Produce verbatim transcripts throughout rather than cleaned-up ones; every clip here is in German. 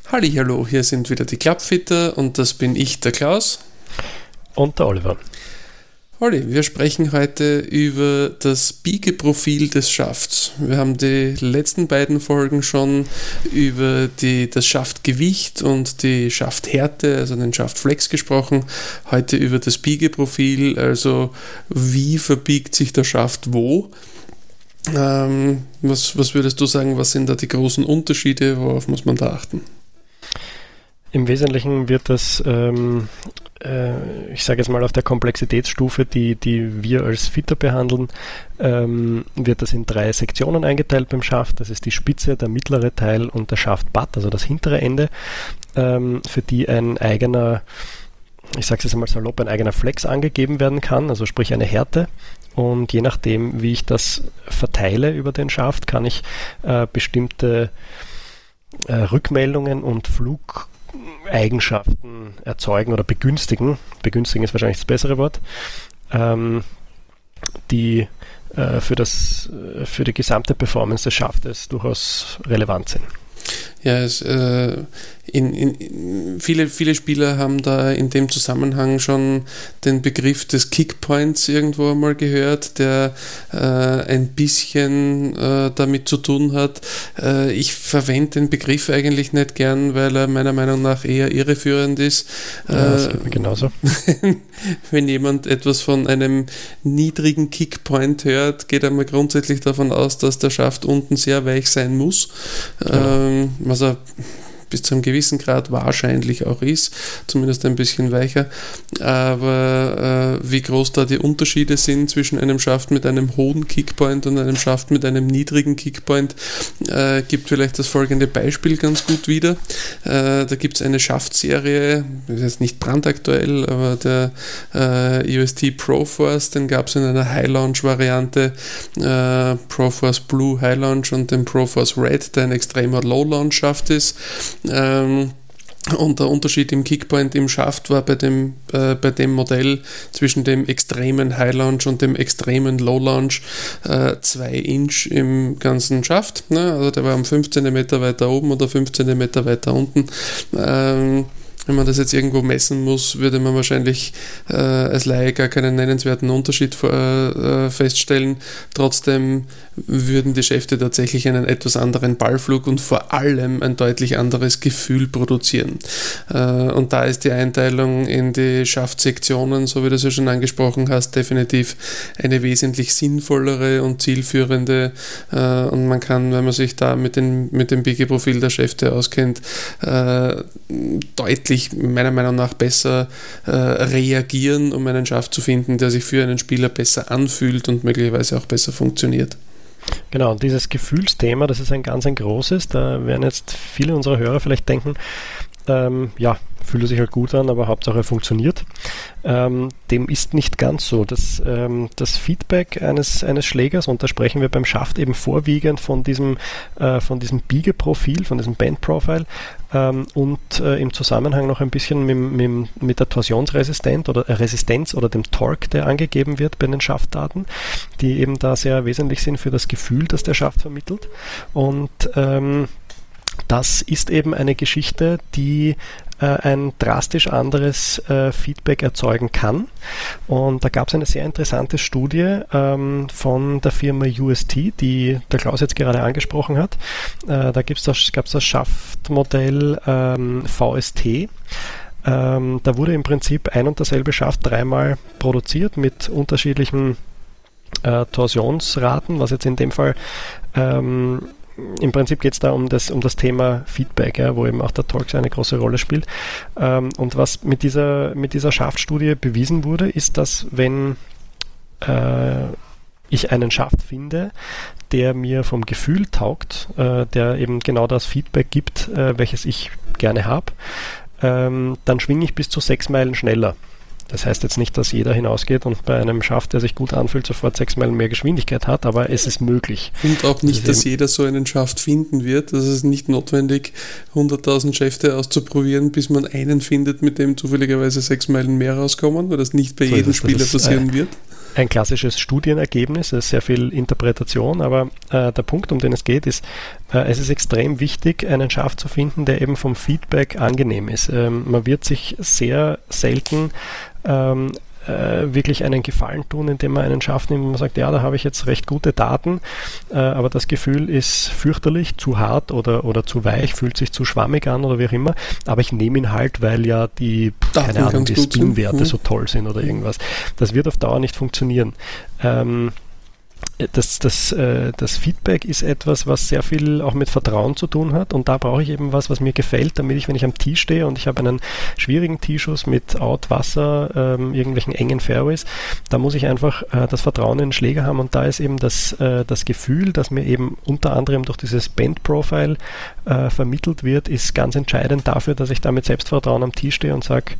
Hallihallo, hier sind wieder die Klappfitter und das bin ich, der Klaus. Und der Oliver. Olli, wir sprechen heute über das Biegeprofil des Schafts. Wir haben die letzten beiden Folgen schon über die, das Schaftgewicht und die Schafthärte, also den Schaftflex gesprochen. Heute über das Biegeprofil, also wie verbiegt sich der Schaft wo. Ähm, was, was würdest du sagen, was sind da die großen Unterschiede, worauf muss man da achten? Im Wesentlichen wird das, ähm, äh, ich sage jetzt mal auf der Komplexitätsstufe, die, die wir als Fitter behandeln, ähm, wird das in drei Sektionen eingeteilt beim Schaft. Das ist die Spitze, der mittlere Teil und der Schaftbutt, also das hintere Ende, ähm, für die ein eigener, ich sage es jetzt einmal salopp, ein eigener Flex angegeben werden kann, also sprich eine Härte. Und je nachdem, wie ich das verteile über den Schaft, kann ich äh, bestimmte äh, Rückmeldungen und Flug Eigenschaften erzeugen oder begünstigen. Begünstigen ist wahrscheinlich das bessere Wort, ähm, die äh, für, das, äh, für die gesamte Performance des Schaftes durchaus relevant sind. Ja, es, äh, in, in, viele, viele Spieler haben da in dem Zusammenhang schon den Begriff des Kickpoints irgendwo einmal gehört, der äh, ein bisschen äh, damit zu tun hat. Äh, ich verwende den Begriff eigentlich nicht gern, weil er meiner Meinung nach eher irreführend ist. Ja, das geht mir genauso. Wenn jemand etwas von einem niedrigen Kickpoint hört, geht er mal grundsätzlich davon aus, dass der Schaft unten sehr weich sein muss. Genau. Ähm, was er bis zu einem gewissen Grad wahrscheinlich auch ist, zumindest ein bisschen weicher, aber äh, wie groß da die Unterschiede sind zwischen einem Schaft mit einem hohen Kickpoint und einem Schaft mit einem niedrigen Kickpoint, äh, gibt vielleicht das folgende Beispiel ganz gut wieder. Äh, da gibt es eine Schaftserie, das ist nicht brandaktuell, aber der äh, U S T Proforce, den gab es in einer High-Launch-Variante, äh, Proforce Blue High-Launch und den Proforce Red, der ein extremer Low-Launch-Schaft ist. Ähm, und der Unterschied im Kickpoint im Schaft war bei dem, äh, bei dem Modell zwischen dem extremen High Launch und dem extremen Low Launch zwei äh, Inch im ganzen Schaft. Ne? Also der war um fünf Zentimeter weiter oben oder fünf Zentimeter weiter unten. Ähm, Wenn man das jetzt irgendwo messen muss, würde man wahrscheinlich äh, als Laie gar keinen nennenswerten Unterschied äh, feststellen. Trotzdem würden die Schäfte tatsächlich einen etwas anderen Ballflug und vor allem ein deutlich anderes Gefühl produzieren. Äh, und da ist die Einteilung in die Schaftsektionen, so wie du es ja schon angesprochen hast, definitiv eine wesentlich sinnvollere und zielführende. Äh, und man kann, wenn man sich da mit, den, mit dem Biegeprofil der Schäfte auskennt, äh, deutlich meiner Meinung nach besser äh, reagieren, um einen Schaft zu finden, der sich für einen Spieler besser anfühlt und möglicherweise auch besser funktioniert. Genau, und dieses Gefühlsthema, das ist ein ganz ein großes, da werden jetzt viele unserer Hörer vielleicht denken, ähm, ja, fühlt sich halt gut an, aber Hauptsache funktioniert. Ähm, dem ist nicht ganz so. Das, ähm, das Feedback eines, eines Schlägers, und da sprechen wir beim Schaft eben vorwiegend von diesem, äh, von diesem Biegeprofil, von diesem Band-Profile ähm, und äh, im Zusammenhang noch ein bisschen mit, mit, mit der Torsionsresistenz oder äh, Resistenz oder dem Torque, der angegeben wird bei den Schaftdaten, die eben da sehr wesentlich sind für das Gefühl, das der Schaft vermittelt. Und ähm, das ist eben eine Geschichte, die äh, ein drastisch anderes äh, Feedback erzeugen kann. Und da gab es eine sehr interessante Studie ähm, von der Firma U S T, die der Klaus jetzt gerade angesprochen hat. Äh, da gibt's das, gab es das Schaftmodell ähm, V S T. Ähm, da wurde im Prinzip ein und derselbe Schaft dreimal produziert mit unterschiedlichen äh, Torsionsraten, was jetzt in dem Fall ähm, im Prinzip geht es da um das, um das Thema Feedback, ja, wo eben auch der Torque eine große Rolle spielt. Ähm, und was mit dieser, mit dieser Schaftstudie bewiesen wurde, ist, dass wenn äh, ich einen Schaft finde, der mir vom Gefühl taugt, äh, der eben genau das Feedback gibt, äh, welches ich gerne habe, ähm, dann schwinge ich bis zu sechs Meilen schneller. Das heißt jetzt nicht, dass jeder hinausgeht und bei einem Schaft, der sich gut anfühlt, sofort sechs Meilen mehr Geschwindigkeit hat, aber es ist möglich. Und auch nicht, das dass jeder so einen Schaft finden wird. Das ist nicht notwendig, hunderttausend Schäfte auszuprobieren, bis man einen findet, mit dem zufälligerweise sechs Meilen mehr rauskommen, weil das nicht bei so jedem Spieler ist, passieren äh, wird. Ein klassisches Studienergebnis, es ist sehr viel Interpretation, aber äh, der Punkt, um den es geht, ist, äh, es ist extrem wichtig, einen Schaft zu finden, der eben vom Feedback angenehm ist. Ähm, man wird sich sehr selten ähm, äh, wirklich einen Gefallen tun, indem man einen Schaft nimmt und man sagt, ja, da habe ich jetzt recht gute Daten, äh, aber das Gefühl ist fürchterlich, zu hart oder, oder zu weich, fühlt sich zu schwammig an oder wie auch immer, aber ich nehme ihn halt, weil ja die, Daten keine Ahnung, die Spin-Werte so toll sind oder irgendwas. Das wird auf Dauer nicht funktionieren. Ähm, Das, das, äh, das Feedback ist etwas, was sehr viel auch mit Vertrauen zu tun hat, und da brauche ich eben was, was mir gefällt, damit ich, wenn ich am Tee stehe und ich habe einen schwierigen Teeschuss mit Out, Wasser, ähm, irgendwelchen engen Fairways, da muss ich einfach äh, das Vertrauen in den Schläger haben, und da ist eben das, äh, das Gefühl, das mir eben unter anderem durch dieses Band-Profile äh, vermittelt wird, ist ganz entscheidend dafür, dass ich da mit Selbstvertrauen am Tee stehe und sage,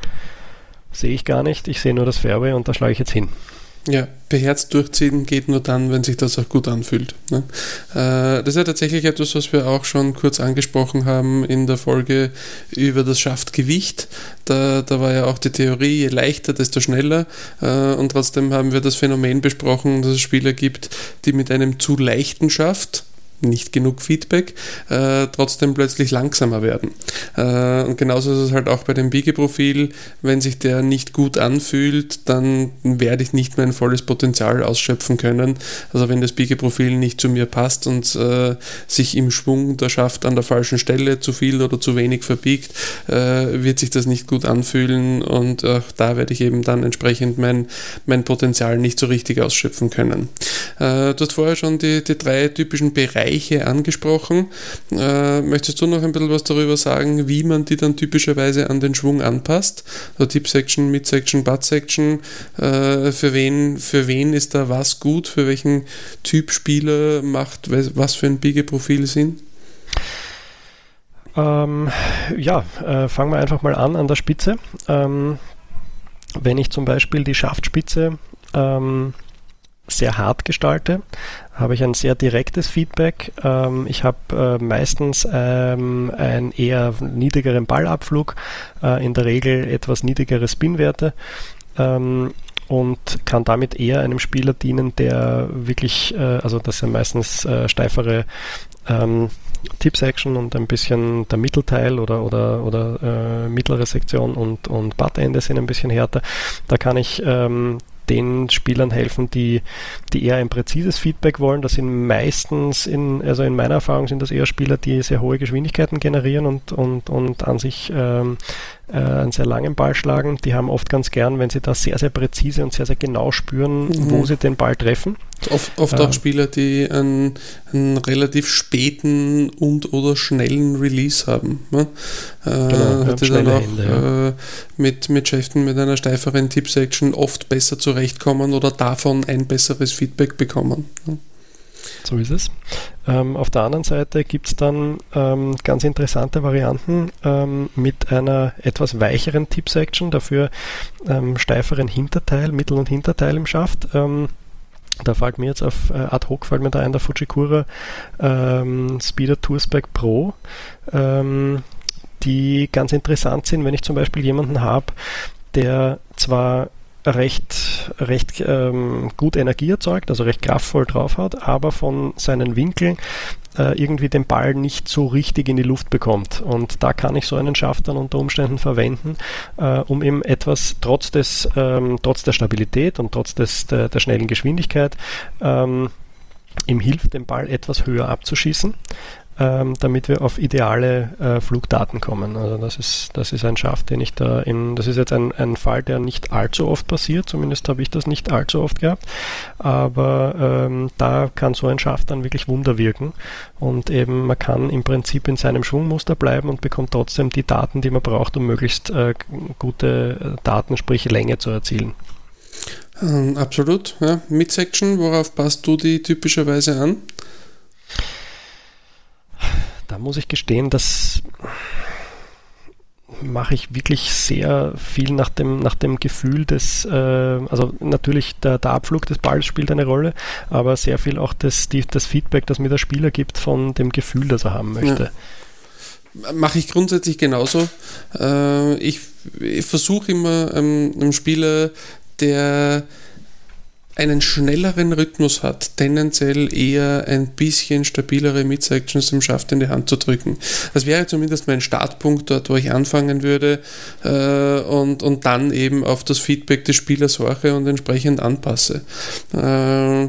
sehe ich gar nicht, ich sehe nur das Fairway und da schlage ich jetzt hin. Ja, beherzt durchziehen geht nur dann, wenn sich das auch gut anfühlt. Ne? Äh, das ist ja tatsächlich etwas, was wir auch schon kurz angesprochen haben in der Folge über das Schaftgewicht. Da, da war ja auch die Theorie, je leichter, desto schneller. Äh, und trotzdem haben wir das Phänomen besprochen, dass es Spieler gibt, die mit einem zu leichten Schaft, nicht genug Feedback, äh, trotzdem plötzlich langsamer werden. Äh, und genauso ist es halt auch bei dem Biegeprofil. Wenn sich der nicht gut anfühlt, dann werde ich nicht mein volles Potenzial ausschöpfen können. Also wenn das Biegeprofil nicht zu mir passt und äh, sich im Schwung der Schaft an der falschen Stelle zu viel oder zu wenig verbiegt, äh, wird sich das nicht gut anfühlen, und auch da werde ich eben dann entsprechend mein, mein Potenzial nicht so richtig ausschöpfen können. Äh, du hast vorher schon die, die drei typischen Bereiche angesprochen. Äh, möchtest du noch ein bisschen was darüber sagen, wie man die dann typischerweise an den Schwung anpasst? So Tip-Section, Mid-Section, Butt-Section. Äh, für wen, für wen ist da was gut? Für welchen Typ Spieler macht was für ein Biegeprofil Sinn? Ähm, ja, äh, fangen wir einfach mal an an der Spitze. Ähm, wenn ich zum Beispiel die Schaftspitze ähm, sehr hart gestalte, habe ich ein sehr direktes Feedback. Ähm, ich habe äh, meistens ähm, einen eher niedrigeren Ballabflug, äh, in der Regel etwas niedrigere Spinwerte, ähm, und kann damit eher einem Spieler dienen, der wirklich, äh, also das sind meistens äh, steifere ähm, Tip-Section und ein bisschen der Mittelteil oder, oder, oder äh, mittlere Sektion und, und Butt-Ende sind ein bisschen härter. Da kann ich ähm, den Spielern helfen, die, die eher ein präzises Feedback wollen. Das sind meistens, in, also in meiner Erfahrung sind das eher Spieler, die sehr hohe Geschwindigkeiten generieren und, und, und an sich ähm, äh, einen sehr langen Ball schlagen. Die haben oft ganz gern, wenn sie da sehr, sehr präzise und sehr, sehr genau spüren, mhm. wo sie den Ball treffen. Oft, oft äh, auch Spieler, die einen, einen relativ späten und oder schnellen Release haben. Ne? Äh, genau, hatte dann auch Hände, ja. äh, mit, mit Schäften mit einer steiferen Tip-Section oft besser zurechtkommen oder davon ein besseres Feedback bekommen. Ne? So ist es. Ähm, auf der anderen Seite gibt es dann ähm, ganz interessante Varianten ähm, mit einer etwas weicheren Tip-Section, dafür ähm, steiferen Hinterteil, Mittel- und Hinterteil im Schaft. Ähm, Da fällt mir jetzt auf äh, ad hoc, fällt mir da ein der Fujikura ähm, Speeder Tourspec Pro, ähm, die ganz interessant sind, wenn ich zum Beispiel jemanden habe, der zwar recht, recht ähm, gut Energie erzeugt, also recht kraftvoll drauf hat, aber von seinen Winkeln äh, irgendwie den Ball nicht so richtig in die Luft bekommt. Und da kann ich so einen Schaft dann unter Umständen verwenden, äh, um ihm etwas trotz des, ähm, trotz der Stabilität und trotz des, der, der schnellen Geschwindigkeit ähm, ihm hilft, den Ball etwas höher abzuschießen, ähm, damit wir auf ideale äh, Flugdaten kommen. Also das ist, das ist ein Schaft, den ich da in, das ist jetzt ein, ein Fall, der nicht allzu oft passiert, zumindest habe ich das nicht allzu oft gehabt, aber ähm, da kann so ein Schaft dann wirklich Wunder wirken, und eben man kann im Prinzip in seinem Schwungmuster bleiben und bekommt trotzdem die Daten, die man braucht, um möglichst äh, gute Daten, sprich Länge zu erzielen. Ähm, absolut. Ja. Mid-Section, worauf passt du die typischerweise an? Da muss ich gestehen, dass mache ich wirklich sehr viel nach dem, nach dem Gefühl des, äh, also natürlich der, der Abflug des Balls spielt eine Rolle, aber sehr viel auch das, die, das Feedback, das mir der Spieler gibt von dem Gefühl, das er haben möchte. Ja. Mache ich grundsätzlich genauso. Äh, ich ich versuche immer ähm, einem Spieler, der einen schnelleren Rhythmus hat, tendenziell eher ein bisschen stabilere Mid-Sections im Schaft in die Hand zu drücken. Das wäre zumindest mein Startpunkt dort, wo ich anfangen würde äh, und, und dann eben auf das Feedback des Spielers horche und entsprechend anpasse. Äh,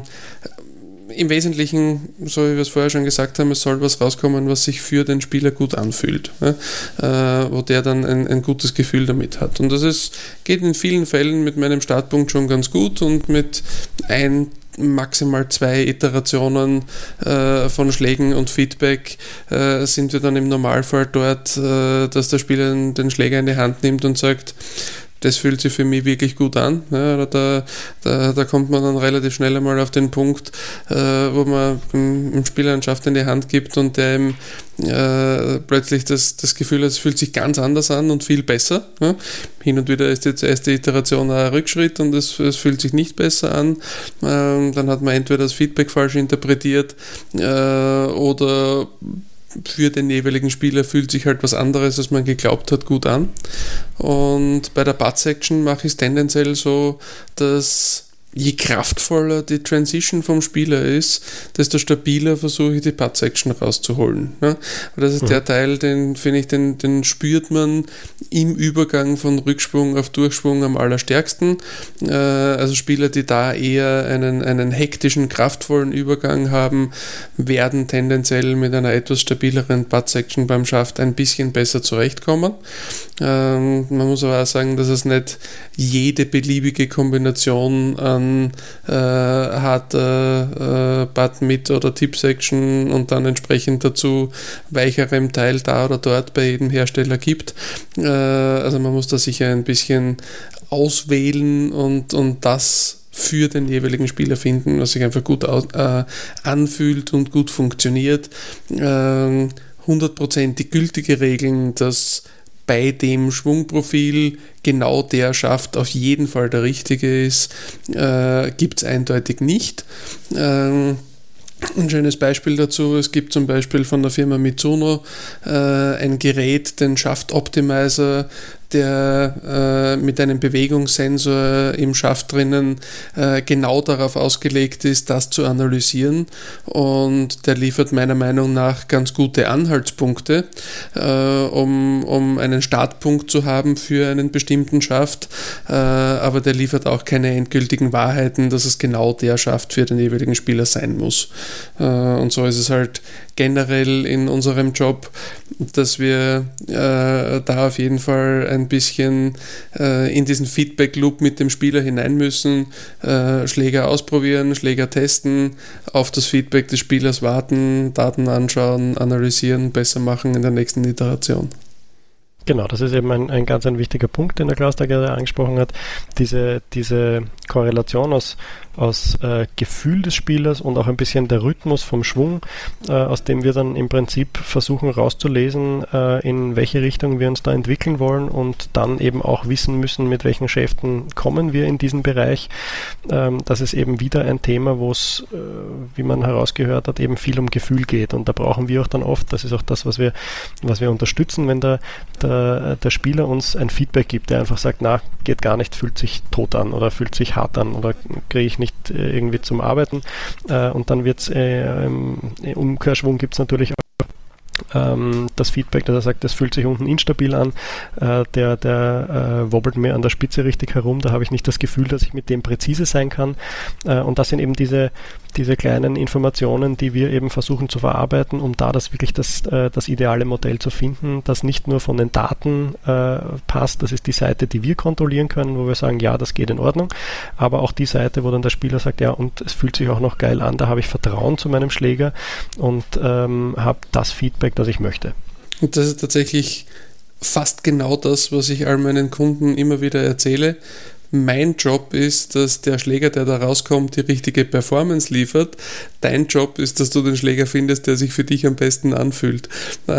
Im Wesentlichen, so wie wir es vorher schon gesagt haben, es soll was rauskommen, was sich für den Spieler gut anfühlt, ja? äh, wo der dann ein, ein gutes Gefühl damit hat. Und das ist, geht in vielen Fällen mit meinem Startpunkt schon ganz gut und mit ein, maximal zwei Iterationen äh, von Schlägen und Feedback äh, sind wir dann im Normalfall dort, äh, dass der Spieler den, den Schläger in die Hand nimmt und sagt, das fühlt sich für mich wirklich gut an. Ja, da, da, da kommt man dann relativ schnell einmal auf den Punkt, äh, wo man dem Spieler einen Schaft in die Hand gibt und der ihm äh, plötzlich das, das Gefühl hat, es fühlt sich ganz anders an und viel besser. Ja. Hin und wieder ist jetzt die erste Iteration ein Rückschritt und es, es fühlt sich nicht besser an. Ähm, dann hat man entweder das Feedback falsch interpretiert äh, oder für den jeweiligen Spieler fühlt sich halt was anderes, als man geglaubt hat, gut an. Und bei der Putt-Section mache ich es tendenziell so, dass je kraftvoller die Transition vom Spieler ist, desto stabiler versuche ich die Putt-Section rauszuholen. Ja? Das ist mhm. der Teil, den finde ich, den, den spürt man im Übergang von Rückschwung auf Durchschwung am allerstärksten. Äh, also Spieler, die da eher einen, einen hektischen, kraftvollen Übergang haben, werden tendenziell mit einer etwas stabileren Putt-Section beim Schaft ein bisschen besser zurechtkommen. Ähm, man muss aber auch sagen, dass es nicht jede beliebige Kombination an Äh, harter äh, Putt mit oder Tip-Section und dann entsprechend dazu weicherem Teil da oder dort bei jedem Hersteller gibt. Äh, also man muss da sicher ein bisschen auswählen und, und das für den jeweiligen Spieler finden, was sich einfach gut aus, äh, anfühlt und gut funktioniert. Äh, hundert Prozent die gültige Regeln, dass bei dem Schwungprofil genau der Schaft auf jeden Fall der richtige ist, äh, gibt es eindeutig nicht. Ähm, ein schönes Beispiel dazu, es gibt zum Beispiel von der Firma Mizuno äh, ein Gerät, den Shaft Optimizer, der äh, mit einem Bewegungssensor im Schaft drinnen äh, genau darauf ausgelegt ist, das zu analysieren, und der liefert meiner Meinung nach ganz gute Anhaltspunkte, äh, um, um einen Startpunkt zu haben für einen bestimmten Schaft, äh, aber der liefert auch keine endgültigen Wahrheiten, dass es genau der Schaft für den jeweiligen Spieler sein muss. Äh, und so ist es halt generell in unserem Job, dass wir äh, da auf jeden Fall ein bisschen äh, in diesen Feedback-Loop mit dem Spieler hinein müssen, äh, Schläger ausprobieren, Schläger testen, auf das Feedback des Spielers warten, Daten anschauen, analysieren, besser machen in der nächsten Iteration. Genau, das ist eben ein, ein ganz ein wichtiger Punkt, den der Klaus da gerade angesprochen hat. Diese, diese Korrelation aus, aus äh, Gefühl des Spielers und auch ein bisschen der Rhythmus vom Schwung, äh, aus dem wir dann im Prinzip versuchen rauszulesen, äh, in welche Richtung wir uns da entwickeln wollen, und dann eben auch wissen müssen, mit welchen Schäften kommen wir in diesen Bereich. Ähm, das ist eben wieder ein Thema, wo es, äh, wie man herausgehört hat, eben viel um Gefühl geht, und da brauchen wir auch dann oft, das ist auch das, was wir, was wir unterstützen, wenn der, der, der Spieler uns ein Feedback gibt, der einfach sagt, na, geht gar nicht, fühlt sich tot an oder fühlt sich hart an oder kriege ich nicht irgendwie zum Arbeiten, äh, und dann wird es äh, im Umkehrschwung gibt es natürlich auch ähm, das Feedback, dass er sagt, das fühlt sich unten instabil an, äh, der, der äh, wobbelt mir an der Spitze richtig herum, da habe ich nicht das Gefühl, dass ich mit dem präzise sein kann, äh, und das sind eben diese diese kleinen Informationen, die wir eben versuchen zu verarbeiten, um da das wirklich das, äh, das ideale Modell zu finden, das nicht nur von den Daten äh, passt, das ist die Seite, die wir kontrollieren können, wo wir sagen, ja, das geht in Ordnung, aber auch die Seite, wo dann der Spieler sagt, ja, und es fühlt sich auch noch geil an, da habe ich Vertrauen zu meinem Schläger und ähm, habe das Feedback, das ich möchte. Und das ist tatsächlich fast genau das, was ich all meinen Kunden immer wieder erzähle. mein Job ist, dass der Schläger, der da rauskommt, die richtige Performance liefert. Dein Job ist, dass du den Schläger findest, der sich für dich am besten anfühlt.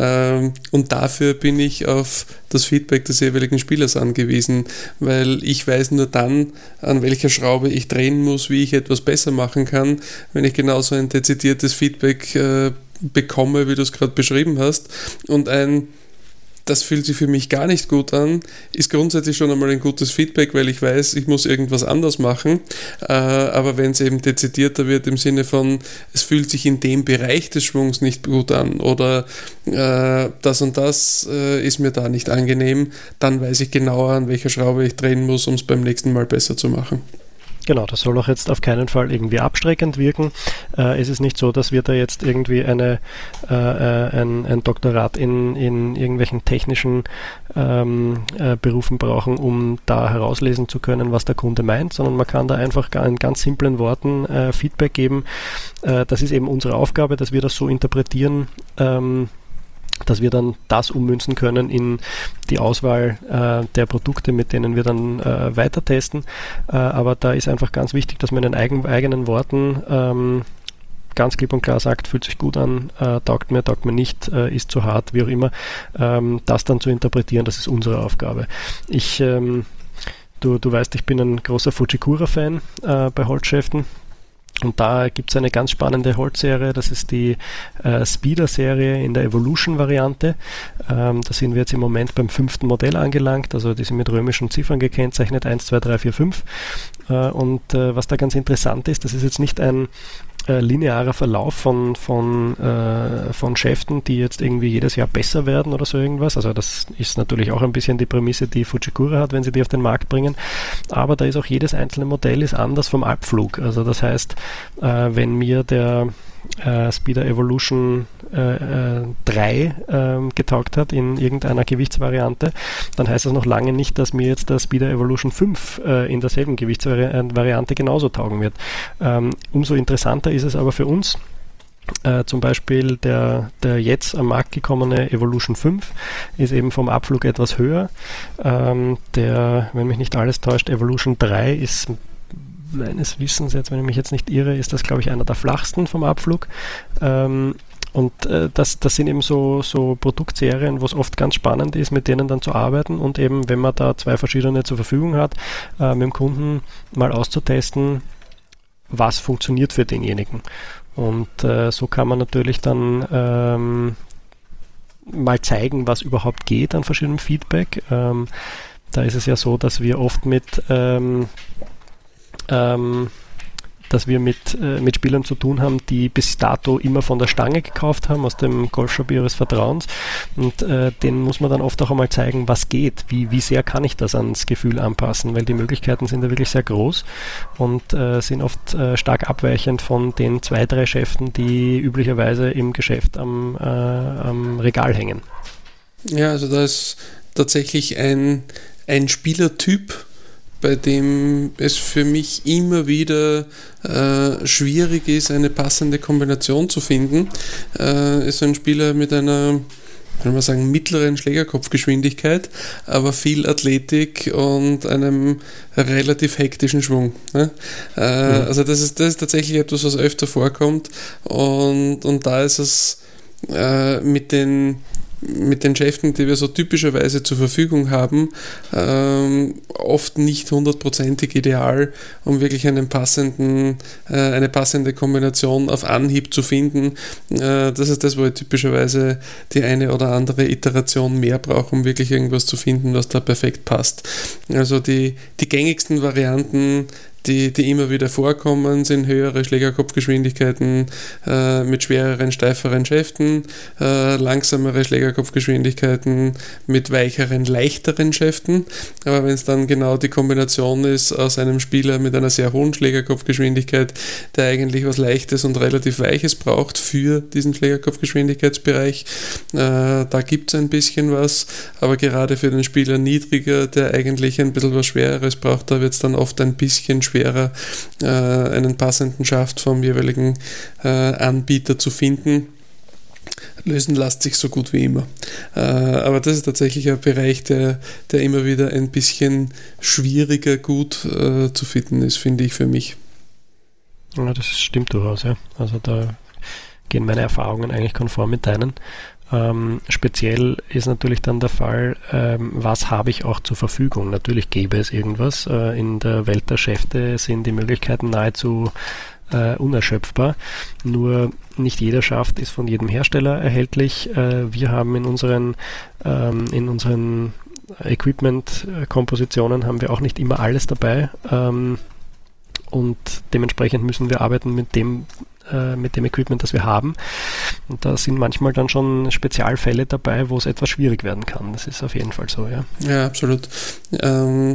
Und dafür bin ich auf das Feedback des jeweiligen Spielers angewiesen, weil ich weiß nur dann, an welcher Schraube ich drehen muss, wie ich etwas besser machen kann, wenn ich genauso ein dezidiertes Feedback äh, bekomme, wie du es gerade beschrieben hast. Und ein das fühlt sich für mich gar nicht gut an, ist grundsätzlich schon einmal ein gutes Feedback, weil ich weiß, ich muss irgendwas anders machen, äh, aber wenn es eben dezidierter wird im Sinne von, es fühlt sich in dem Bereich des Schwungs nicht gut an oder äh, das und das äh, ist mir da nicht angenehm, dann weiß ich genauer, an welcher Schraube ich drehen muss, um es beim nächsten Mal besser zu machen. Genau, das soll auch jetzt auf keinen Fall irgendwie abschreckend wirken. Äh, es ist nicht so, dass wir da jetzt irgendwie eine, äh, ein, ein Doktorat in, in irgendwelchen technischen ähm, äh, Berufen brauchen, um da herauslesen zu können, was der Kunde meint, sondern man kann da einfach in ganz simplen Worten äh, Feedback geben. Äh, das ist eben unsere Aufgabe, dass wir das so interpretieren, ähm, dass wir dann das ummünzen können in die Auswahl äh, der Produkte, mit denen wir dann äh, weiter testen. Äh, aber da ist einfach ganz wichtig, dass man in den eigen, eigenen Worten ähm, ganz klipp und klar sagt, fühlt sich gut an, äh, taugt mir, taugt mir nicht, äh, ist zu hart, wie auch immer. Ähm, das dann zu interpretieren, das ist unsere Aufgabe. Ich, ähm, du, du weißt, ich bin ein großer Fujikura-Fan äh, bei Holzschäften. Und da gibt es eine ganz spannende Holzserie, das ist die äh, Speeder-Serie in der Evolution-Variante. Ähm, da sind wir jetzt im Moment beim fünften Modell angelangt, also die sind mit römischen Ziffern gekennzeichnet, eins, zwei, drei, vier, fünf. Äh, und äh, was da ganz interessant ist, das ist jetzt nicht ein äh, linearer Verlauf von, von, äh, von Schäften, die jetzt irgendwie jedes Jahr besser werden oder so irgendwas. Also das ist natürlich auch ein bisschen die Prämisse, die Fujikura hat, wenn sie die auf den Markt bringen. Aber da ist auch jedes einzelne Modell ist anders vom Abflug. Also das heißt, äh, wenn mir der äh, Speeder Evolution äh, äh, drei äh, getaugt hat in irgendeiner Gewichtsvariante, dann heißt das noch lange nicht, dass mir jetzt der Speeder Evolution fünf äh, in derselben Gewichtsvariante genauso taugen wird. Ähm, umso interessanter ist es aber für uns, Äh, zum Beispiel der, der jetzt am Markt gekommene Evolution fünf ist eben vom Abflug etwas höher. Ähm, der, wenn mich nicht alles täuscht, Evolution drei ist meines Wissens, jetzt, wenn ich mich jetzt nicht irre, ist das, glaube ich, einer der flachsten vom Abflug. Ähm, und äh, das, das sind eben so, so Produktserien, wo es oft ganz spannend ist, mit denen dann zu arbeiten und eben, wenn man da zwei verschiedene zur Verfügung hat, äh, mit dem Kunden mal auszutesten, was funktioniert für denjenigen. Und äh, so kann man natürlich dann ähm, mal zeigen, was überhaupt geht an verschiedenem Feedback. Ähm, da ist es ja so, dass wir oft mit ähm, ähm, dass wir mit, äh, mit Spielern zu tun haben, die bis dato immer von der Stange gekauft haben, aus dem Golfshop ihres Vertrauens. Und äh, denen muss man dann oft auch einmal zeigen, was geht, wie, wie sehr kann ich das ans Gefühl anpassen, weil die Möglichkeiten sind da wirklich sehr groß und äh, sind oft äh, stark abweichend von den zwei, drei Schäften, die üblicherweise im Geschäft am, äh, am Regal hängen. Ja, also da ist tatsächlich ein, ein Spielertyp, bei dem es für mich immer wieder äh, schwierig ist, eine passende Kombination zu finden. Äh, ist ein Spieler mit einer, kann man sagen, mittleren Schlägerkopfgeschwindigkeit, aber viel Athletik und einem relativ hektischen Schwung. Ne? Äh, mhm. Also das ist, das ist tatsächlich etwas, was öfter vorkommt und, und da ist es äh, mit den mit den Schäften, die wir so typischerweise zur Verfügung haben, ähm, oft nicht hundertprozentig ideal, um wirklich einen passenden, äh, eine passende Kombination auf Anhieb zu finden. Äh, das ist das, wo ich typischerweise die eine oder andere Iteration mehr brauche, um wirklich irgendwas zu finden, was da perfekt passt. Also die, die gängigsten Varianten, Die, die immer wieder vorkommen, sind höhere Schlägerkopfgeschwindigkeiten äh, mit schwereren, steiferen Schäften, äh, langsamere Schlägerkopfgeschwindigkeiten mit weicheren, leichteren Schäften. Aber wenn es dann genau die Kombination ist aus einem Spieler mit einer sehr hohen Schlägerkopfgeschwindigkeit, der eigentlich was Leichtes und relativ Weiches braucht für diesen Schlägerkopfgeschwindigkeitsbereich, äh, da gibt es ein bisschen was, aber gerade für den Spieler niedriger, der eigentlich ein bisschen was Schwereres braucht, da wird es dann oft ein bisschen schwerer, äh, einen passenden Schaft vom jeweiligen äh, Anbieter zu finden. lösen lässt sich so gut wie immer. Äh, aber das ist tatsächlich ein Bereich, der, der immer wieder ein bisschen schwieriger gut äh, zu finden ist, finde ich für mich. Ja, das stimmt durchaus, ja. Also da gehen meine Erfahrungen eigentlich konform mit deinen. Ähm, speziell ist natürlich dann der Fall, ähm, was habe ich auch zur Verfügung? Natürlich gäbe es irgendwas. Äh, in der Welt der Schäfte sind die Möglichkeiten nahezu äh, unerschöpfbar. Nur nicht jeder Schaft ist von jedem Hersteller erhältlich. Äh, wir haben in unseren, ähm, in unseren Equipment-Kompositionen haben wir auch nicht immer alles dabei. Ähm, und dementsprechend müssen wir arbeiten mit dem mit dem Equipment, das wir haben. Und da sind manchmal dann schon Spezialfälle dabei, wo es etwas schwierig werden kann. Das ist auf jeden Fall so, ja. Ja, absolut. Ähm,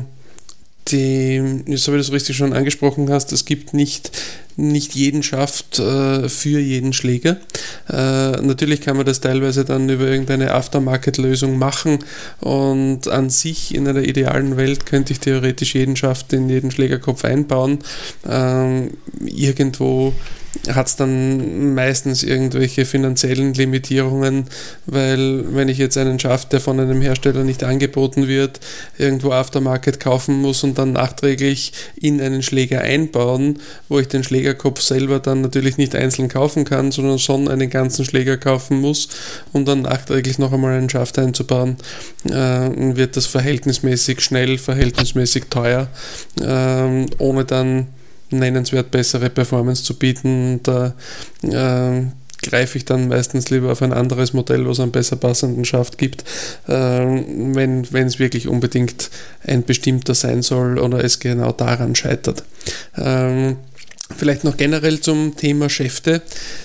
die, so wie du es richtig schon angesprochen hast, es gibt nicht, nicht jeden Schaft äh, für jeden Schläger. Äh, natürlich kann man das teilweise dann über irgendeine Aftermarket-Lösung machen und an sich in einer idealen Welt könnte ich theoretisch jeden Schaft in jeden Schlägerkopf einbauen. Ähm, irgendwo hat es dann meistens irgendwelche finanziellen Limitierungen, weil wenn ich jetzt einen Schaft, der von einem Hersteller nicht angeboten wird, irgendwo Aftermarket kaufen muss und dann nachträglich in einen Schläger einbauen, wo ich den Schlägerkopf selber dann natürlich nicht einzeln kaufen kann, sondern schon einen ganzen Schläger kaufen muss, um dann nachträglich noch einmal einen Schaft einzubauen, äh, wird das verhältnismäßig schnell, verhältnismäßig teuer, äh, ohne dann nennenswert bessere Performance zu bieten. Da äh, greife ich dann meistens lieber auf ein anderes Modell, was einen besser passenden Schaft gibt, äh, wenn es wirklich unbedingt ein bestimmter sein soll oder es genau daran scheitert. Ähm, vielleicht noch generell zum Thema Schäfte.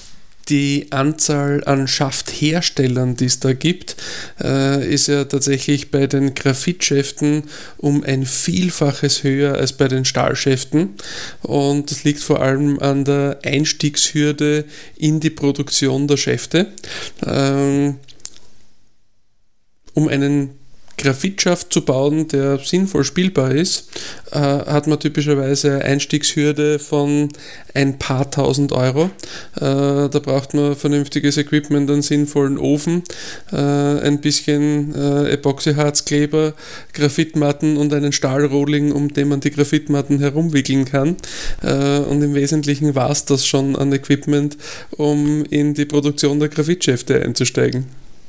Die Anzahl an Schaftherstellern, die es da gibt, äh, ist ja tatsächlich bei den Graphitschäften um ein Vielfaches höher als bei den Stahlschäften. Und das liegt vor allem an der Einstiegshürde in die Produktion der Schäfte. Ähm, um einen Graphitschaft zu bauen, der sinnvoll spielbar ist, äh, hat man typischerweise eine Einstiegshürde von ein paar tausend Euro. Äh, da braucht man vernünftiges Equipment, einen sinnvollen Ofen, äh, ein bisschen äh, Epoxyharzkleber, Graphitmatten und einen Stahlrohling, um den man die Graphitmatten herumwickeln kann. Äh, und im Wesentlichen war es das schon an Equipment, um in die Produktion der Graphitschäfte einzusteigen.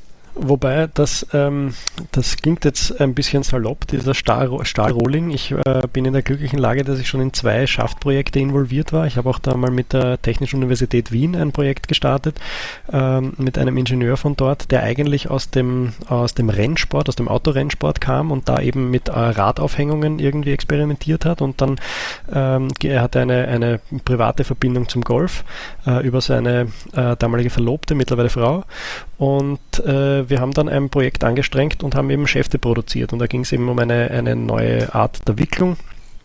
Wobei, das, ähm, das klingt jetzt ein bisschen salopp, dieser Stahl, Stahlrohling. Ich äh, bin in der glücklichen Lage, dass ich schon in zwei Schaftprojekte involviert war. Ich habe auch da mal mit der Technischen Universität Wien ein Projekt gestartet, ähm, mit einem Ingenieur von dort, der eigentlich aus dem, aus dem Rennsport, aus dem Autorennsport kam und da eben mit äh, Radaufhängungen irgendwie experimentiert hat. Und dann, ähm, er hatte eine, eine private Verbindung zum Golf äh, über seine äh, damalige Verlobte, mittlerweile Frau. Und äh, wir haben dann ein Projekt angestrengt und haben eben Schäfte produziert. Und da ging es eben um eine, eine neue Art der Wicklung.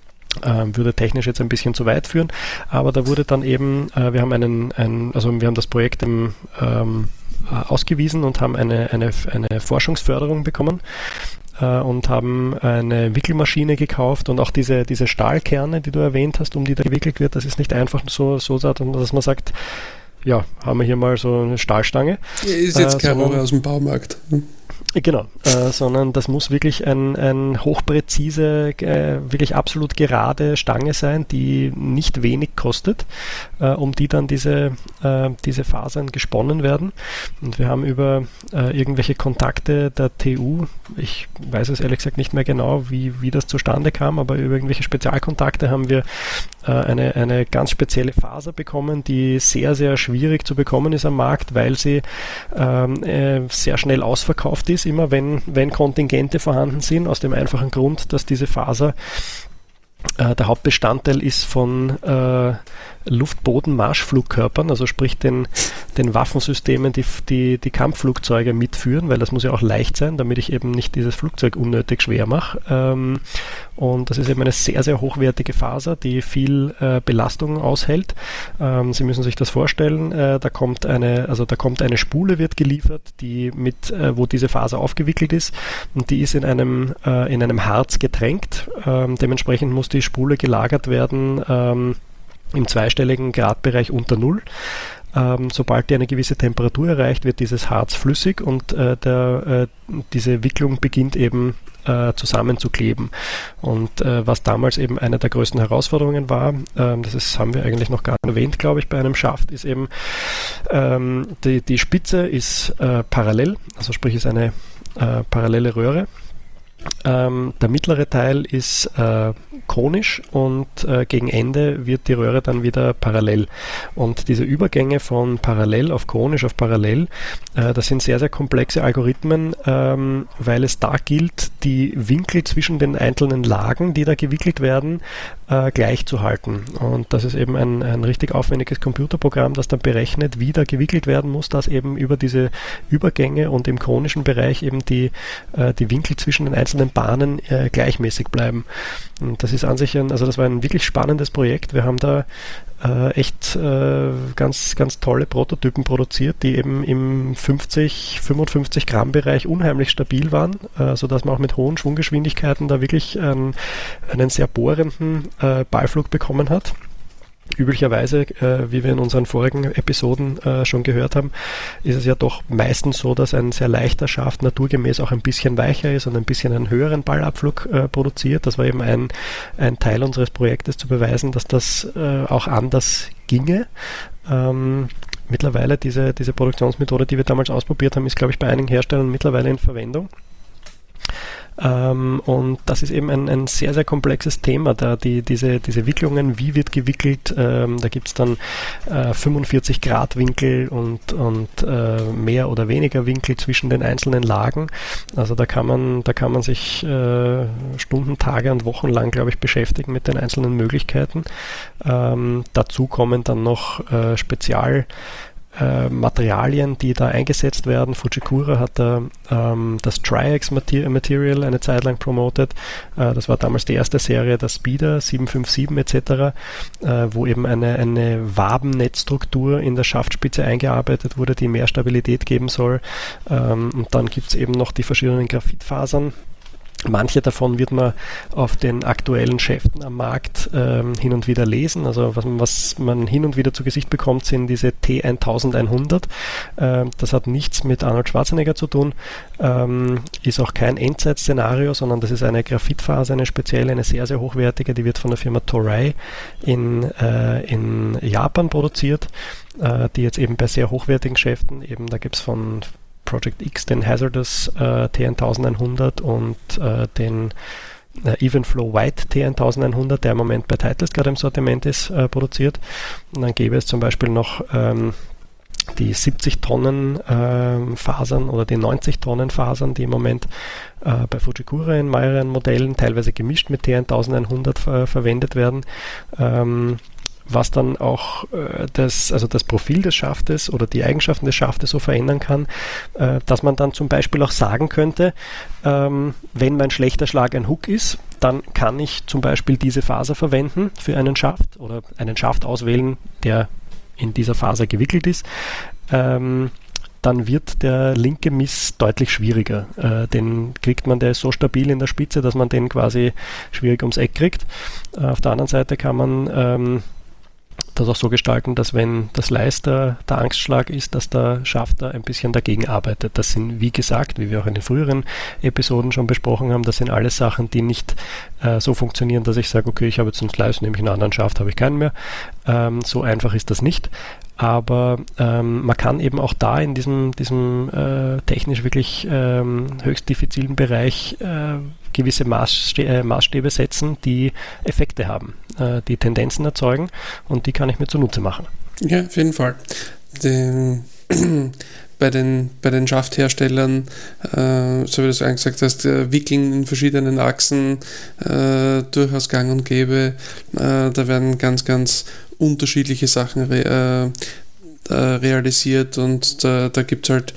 Ähm, würde technisch jetzt ein bisschen zu weit führen, aber da wurde dann eben, äh, wir haben einen, ein, also wir haben das Projekt im, ähm, äh, ausgewiesen und haben eine, eine, eine Forschungsförderung bekommen äh, und haben eine Wickelmaschine gekauft und auch diese, diese Stahlkerne, die du erwähnt hast, um die da gewickelt wird, das ist nicht einfach so, so dass man sagt, ja, haben wir hier mal so eine Stahlstange. Ist jetzt äh, kein Rohr aus dem Baumarkt. Genau, äh, sondern das muss wirklich ein, ein hochpräzise, äh, wirklich absolut gerade Stange sein, die nicht wenig kostet, äh, um die dann diese, äh, diese Fasern gesponnen werden. Und wir haben über äh, irgendwelche Kontakte der T U, ich weiß es ehrlich gesagt nicht mehr genau, wie, wie das zustande kam, aber über irgendwelche Spezialkontakte haben wir äh, eine, eine ganz spezielle Faser bekommen, die sehr, sehr schwierig zu bekommen ist am Markt, weil sie ähm, äh, sehr schnell ausverkauft ist, immer wenn, wenn Kontingente vorhanden sind, aus dem einfachen Grund, dass diese Faser äh, der Hauptbestandteil ist von äh, Luftboden-Marschflugkörpern, also sprich den, den Waffensystemen, die, die die Kampfflugzeuge mitführen, weil das muss ja auch leicht sein, damit ich eben nicht dieses Flugzeug unnötig schwer mache. Ähm, und das ist eben eine sehr, sehr hochwertige Faser, die viel äh, Belastung aushält. Ähm, Sie müssen sich das vorstellen, äh, da kommt eine, also da kommt eine Spule, wird geliefert, die mit, äh, wo diese Faser aufgewickelt ist, und die ist in einem, äh, in einem Harz getränkt. Ähm, dementsprechend muss die Spule gelagert werden, ähm, im zweistelligen Gradbereich unter Null. Ähm, sobald die eine gewisse Temperatur erreicht, wird dieses Harz flüssig und äh, der, äh, diese Wicklung beginnt eben äh, zusammenzukleben. Und äh, was damals eben eine der größten Herausforderungen war, äh, das ist, haben wir eigentlich noch gar nicht erwähnt, glaube ich, bei einem Schaft, ist eben ähm, die, die Spitze ist äh, parallel, also sprich ist eine äh, parallele Röhre. Ähm, der mittlere Teil ist äh, konisch und äh, gegen Ende wird die Röhre dann wieder parallel. Und diese Übergänge von parallel auf konisch auf parallel, äh, das sind sehr, sehr komplexe Algorithmen, ähm, weil es da gilt, die Winkel zwischen den einzelnen Lagen, die da gewickelt werden, äh, gleich zu halten. Und das ist eben ein, ein richtig aufwendiges Computerprogramm, das dann berechnet, wie da gewickelt werden muss, dass eben über diese Übergänge und im konischen Bereich eben die, äh, die Winkel zwischen den einzelnen Bahnen äh, gleichmäßig bleiben. Und das ist an sich ein, also das war ein wirklich spannendes Projekt. Wir haben da äh, echt äh, ganz, ganz tolle Prototypen produziert, die eben im fünfzig, fünfundfünfzig Gramm Bereich unheimlich stabil waren, äh, sodass man auch mit hohen Schwunggeschwindigkeiten da wirklich ähm, einen sehr bohrenden äh, Ballflug bekommen hat. Üblicherweise, äh, wie wir in unseren vorigen Episoden äh, schon gehört haben, ist es ja doch meistens so, dass ein sehr leichter Schaft naturgemäß auch ein bisschen weicher ist und ein bisschen einen höheren Ballabflug äh, produziert. Das war eben ein, ein Teil unseres Projektes, zu beweisen, dass das äh, auch anders ginge. Ähm, mittlerweile diese, diese Produktionsmethode, die wir damals ausprobiert haben, ist, glaube ich, bei einigen Herstellern mittlerweile in Verwendung. Ähm, und das ist eben ein, ein sehr, sehr komplexes Thema, da die, diese, diese Wicklungen, wie wird gewickelt, ähm, da gibt es dann äh, fünfundvierzig Grad Winkel und, und äh, mehr oder weniger Winkel zwischen den einzelnen Lagen. Also da kann man, da kann man sich äh, Stunden, Tage und Wochen lang, glaube ich, beschäftigen mit den einzelnen Möglichkeiten. Ähm, dazu kommen dann noch äh, Spezial Äh, Materialien, die da eingesetzt werden. Fujikura hat da ähm, das Tri-X Material eine Zeit lang promotet. Äh, das war damals die erste Serie, der Speeder sieben fünf sieben et cetera, äh, wo eben eine, eine Wabennetzstruktur in der Schaftspitze eingearbeitet wurde, die mehr Stabilität geben soll. Ähm, und dann gibt es eben noch die verschiedenen Graphitfasern. Manche davon wird man auf den aktuellen Schäften am Markt ähm, hin und wieder lesen. Also was, was man hin und wieder zu Gesicht bekommt, sind diese T elfhundert. Ähm, das hat nichts mit Arnold Schwarzenegger zu tun. Ähm, ist auch kein Endzeit-Szenario, sondern das ist eine Graphitfaser, eine spezielle, eine sehr, sehr hochwertige. Die wird von der Firma Toray in, äh, in Japan produziert, äh, die jetzt eben bei sehr hochwertigen Schäften, eben da gibt es von Project X, den Hazardous äh, T elfhundert und äh, den äh, Evenflow White T elfhundert, der im Moment bei Titleist gerade im Sortiment ist, äh, produziert. Und dann gäbe es zum Beispiel noch ähm, die siebzig Tonnen äh, Fasern oder die neunzig Tonnen Fasern, die im Moment äh, bei Fujikura in mehreren Modellen, teilweise gemischt mit T elfhundert äh, verwendet werden. Ähm, was dann auch äh, das, also das Profil des Schaftes oder die Eigenschaften des Schaftes so verändern kann, äh, dass man dann zum Beispiel auch sagen könnte, ähm, wenn mein schlechter Schlag ein Hook ist, dann kann ich zum Beispiel diese Faser verwenden für einen Schaft oder einen Schaft auswählen, der in dieser Faser gewickelt ist. Ähm, dann wird der linke Miss deutlich schwieriger. Äh, den kriegt man, der ist so stabil in der Spitze, dass man den quasi schwierig ums Eck kriegt. Äh, auf der anderen Seite kann man ähm, das auch so gestalten, dass wenn das Leister der Angstschlag ist, dass der Schafter ein bisschen dagegen arbeitet. Das sind, wie gesagt, wie wir auch in den früheren Episoden schon besprochen haben, das sind alles Sachen, die nicht äh, so funktionieren, dass ich sage, okay, ich habe jetzt einen Slice, nehme ich einen anderen Schaft, habe ich keinen mehr. Ähm, so einfach ist das nicht. Aber ähm, man kann eben auch da in diesem, diesem äh, technisch wirklich ähm, höchst diffizilen Bereich äh, gewisse Maßste- äh, Maßstäbe setzen, die Effekte haben, äh, die Tendenzen erzeugen, und die kann ich mir zunutze machen. Ja, auf jeden Fall. Den, bei, den, bei den Schaftherstellern, äh, so wie du es gesagt hast, äh, Wickeln in verschiedenen Achsen äh, durchaus gang und gäbe. Äh, da werden ganz, ganz unterschiedliche Sachen re- äh, realisiert, und da, da gibt es halt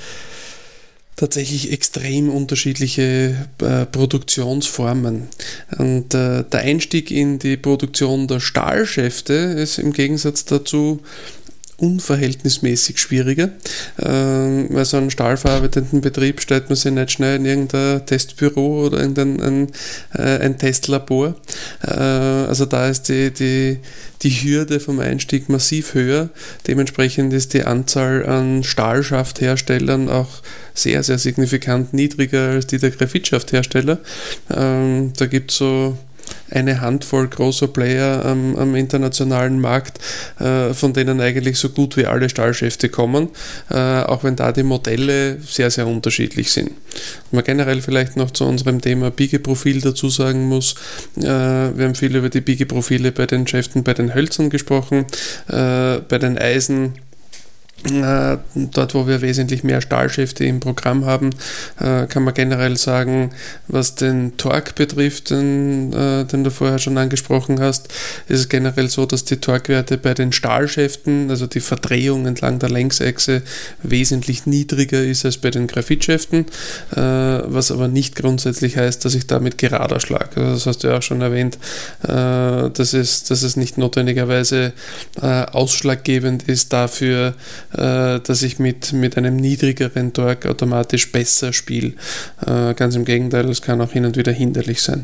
tatsächlich extrem unterschiedliche äh, Produktionsformen. Und äh, der Einstieg in die Produktion der Stahlschäfte ist im Gegensatz dazu unverhältnismäßig schwieriger. Ähm, weil so einen stahlverarbeitenden Betrieb stellt man sich nicht schnell in irgendein Testbüro oder in ein, ein, ein Testlabor. Äh, also da ist die, die, die Hürde vom Einstieg massiv höher. Dementsprechend ist die Anzahl an Stahlschaftherstellern auch sehr, sehr signifikant niedriger als die der Graphitschafthersteller. Ähm, da gibt es so eine Handvoll großer Player am, am internationalen Markt, äh, von denen eigentlich so gut wie alle Stahlschäfte kommen, äh, auch wenn da die Modelle sehr, sehr unterschiedlich sind. Man generell vielleicht noch zu unserem Thema Biegeprofil dazu sagen muss, äh, wir haben viel über die Biegeprofile bei den Schäften, bei den Hölzern gesprochen, äh, bei den Eisen. Äh, dort, wo wir wesentlich mehr Stahlschäfte im Programm haben, äh, kann man generell sagen, was den Torque betrifft, den, äh, den du vorher schon angesprochen hast, ist es generell so, dass die Torquewerte bei den Stahlschäften, also die Verdrehung entlang der Längsachse, wesentlich niedriger ist als bei den Graphitschäften, äh, was aber nicht grundsätzlich heißt, dass ich damit gerader schlage. Also das hast du ja auch schon erwähnt, äh, dass, es, dass es nicht notwendigerweise äh, ausschlaggebend ist dafür, dass ich mit, mit einem niedrigeren Torque automatisch besser spiele. Äh, ganz im Gegenteil, das kann auch hin und wieder hinderlich sein.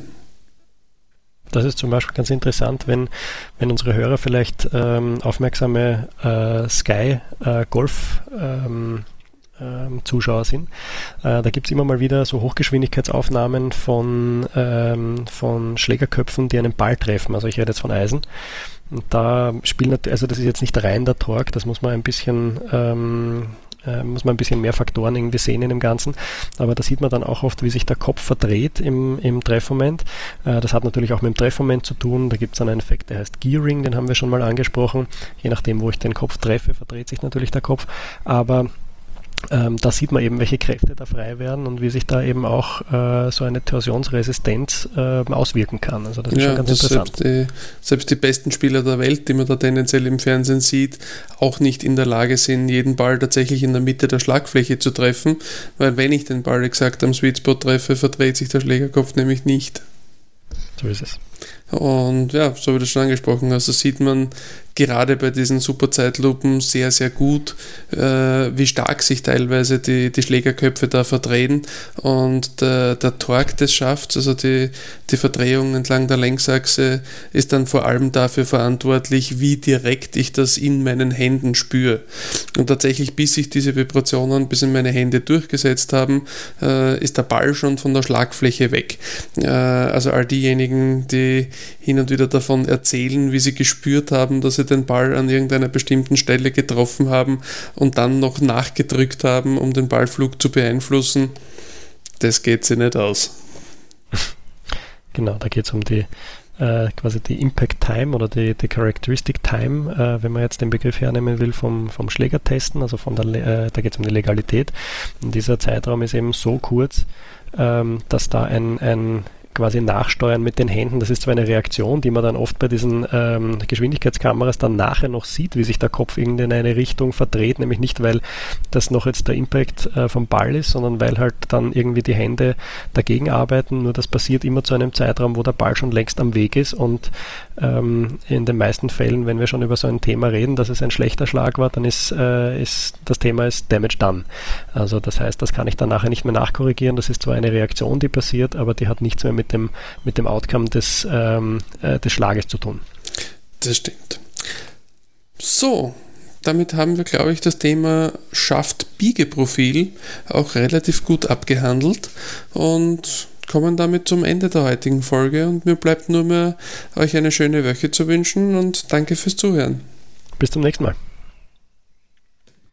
Das ist zum Beispiel ganz interessant, wenn, wenn unsere Hörer vielleicht ähm, aufmerksame äh, Sky äh, Golf ähm, ähm, Zuschauer sind. Äh, da gibt es immer mal wieder so Hochgeschwindigkeitsaufnahmen von, ähm, von Schlägerköpfen, die einen Ball treffen. Also ich rede jetzt von Eisen. Und da spielen, also das ist jetzt nicht rein der Torque, das muss man ein bisschen, ähm, äh, muss man ein bisschen mehr Faktoren irgendwie sehen in dem Ganzen. Aber da sieht man dann auch oft, wie sich der Kopf verdreht im, im Treffmoment. Äh, das hat natürlich auch mit dem Treffmoment zu tun. Da gibt es dann einen Effekt, der heißt Gearing, den haben wir schon mal angesprochen. Je nachdem, wo ich den Kopf treffe, verdreht sich natürlich der Kopf. Aber Ähm, da sieht man eben, welche Kräfte da frei werden und wie sich da eben auch äh, so eine Torsionsresistenz äh, auswirken kann. Also das ist ja, schon ganz interessant. Selbst die, selbst die besten Spieler der Welt, die man da tendenziell im Fernsehen sieht, auch nicht in der Lage sind, jeden Ball tatsächlich in der Mitte der Schlagfläche zu treffen, weil wenn ich den Ball exakt am Sweet Spot treffe, verdreht sich der Schlägerkopf nämlich nicht. So ist es. Und ja, so wie du schon angesprochen hast, das sieht man gerade bei diesen Superzeitlupen sehr, sehr gut, äh, wie stark sich teilweise die, die Schlägerköpfe da verdrehen und der, der Torque des Schafts, also die, die Verdrehung entlang der Längsachse, ist dann vor allem dafür verantwortlich, wie direkt ich das in meinen Händen spüre. Und tatsächlich, bis sich diese Vibrationen bis in meine Hände durchgesetzt haben, äh, ist der Ball schon von der Schlagfläche weg. Äh, also all diejenigen, die hin und wieder davon erzählen, wie sie gespürt haben, dass sie den Ball an irgendeiner bestimmten Stelle getroffen haben und dann noch nachgedrückt haben, um den Ballflug zu beeinflussen, das geht sich nicht aus. Genau, da geht es um die äh, quasi die Impact Time oder die, die Characteristic Time, äh, wenn man jetzt den Begriff hernehmen will vom, vom Schlägertesten, also von der, äh, da geht es um die Legalität. Und dieser Zeitraum ist eben so kurz, ähm, dass da ein, ein quasi nachsteuern mit den Händen. Das ist zwar eine Reaktion, die man dann oft bei diesen ähm, Geschwindigkeitskameras dann nachher noch sieht, wie sich der Kopf irgendwie in eine Richtung verdreht, nämlich nicht, weil das noch jetzt der Impact äh, vom Ball ist, sondern weil halt dann irgendwie die Hände dagegen arbeiten. Nur das passiert immer zu einem Zeitraum, wo der Ball schon längst am Weg ist und ähm, in den meisten Fällen, wenn wir schon über so ein Thema reden, dass es ein schlechter Schlag war, dann ist, äh, ist das Thema ist Damage done. Also das heißt, das kann ich dann nachher nicht mehr nachkorrigieren. Das ist zwar eine Reaktion, die passiert, aber die hat nichts mehr mit dem, mit dem Outcome des, ähm, äh, des Schlages zu tun. Das stimmt. So, damit haben wir, glaube ich, das Thema Schaft-Biegeprofil auch relativ gut abgehandelt und kommen damit zum Ende der heutigen Folge und mir bleibt nur mehr, euch eine schöne Woche zu wünschen und danke fürs Zuhören. Bis zum nächsten Mal.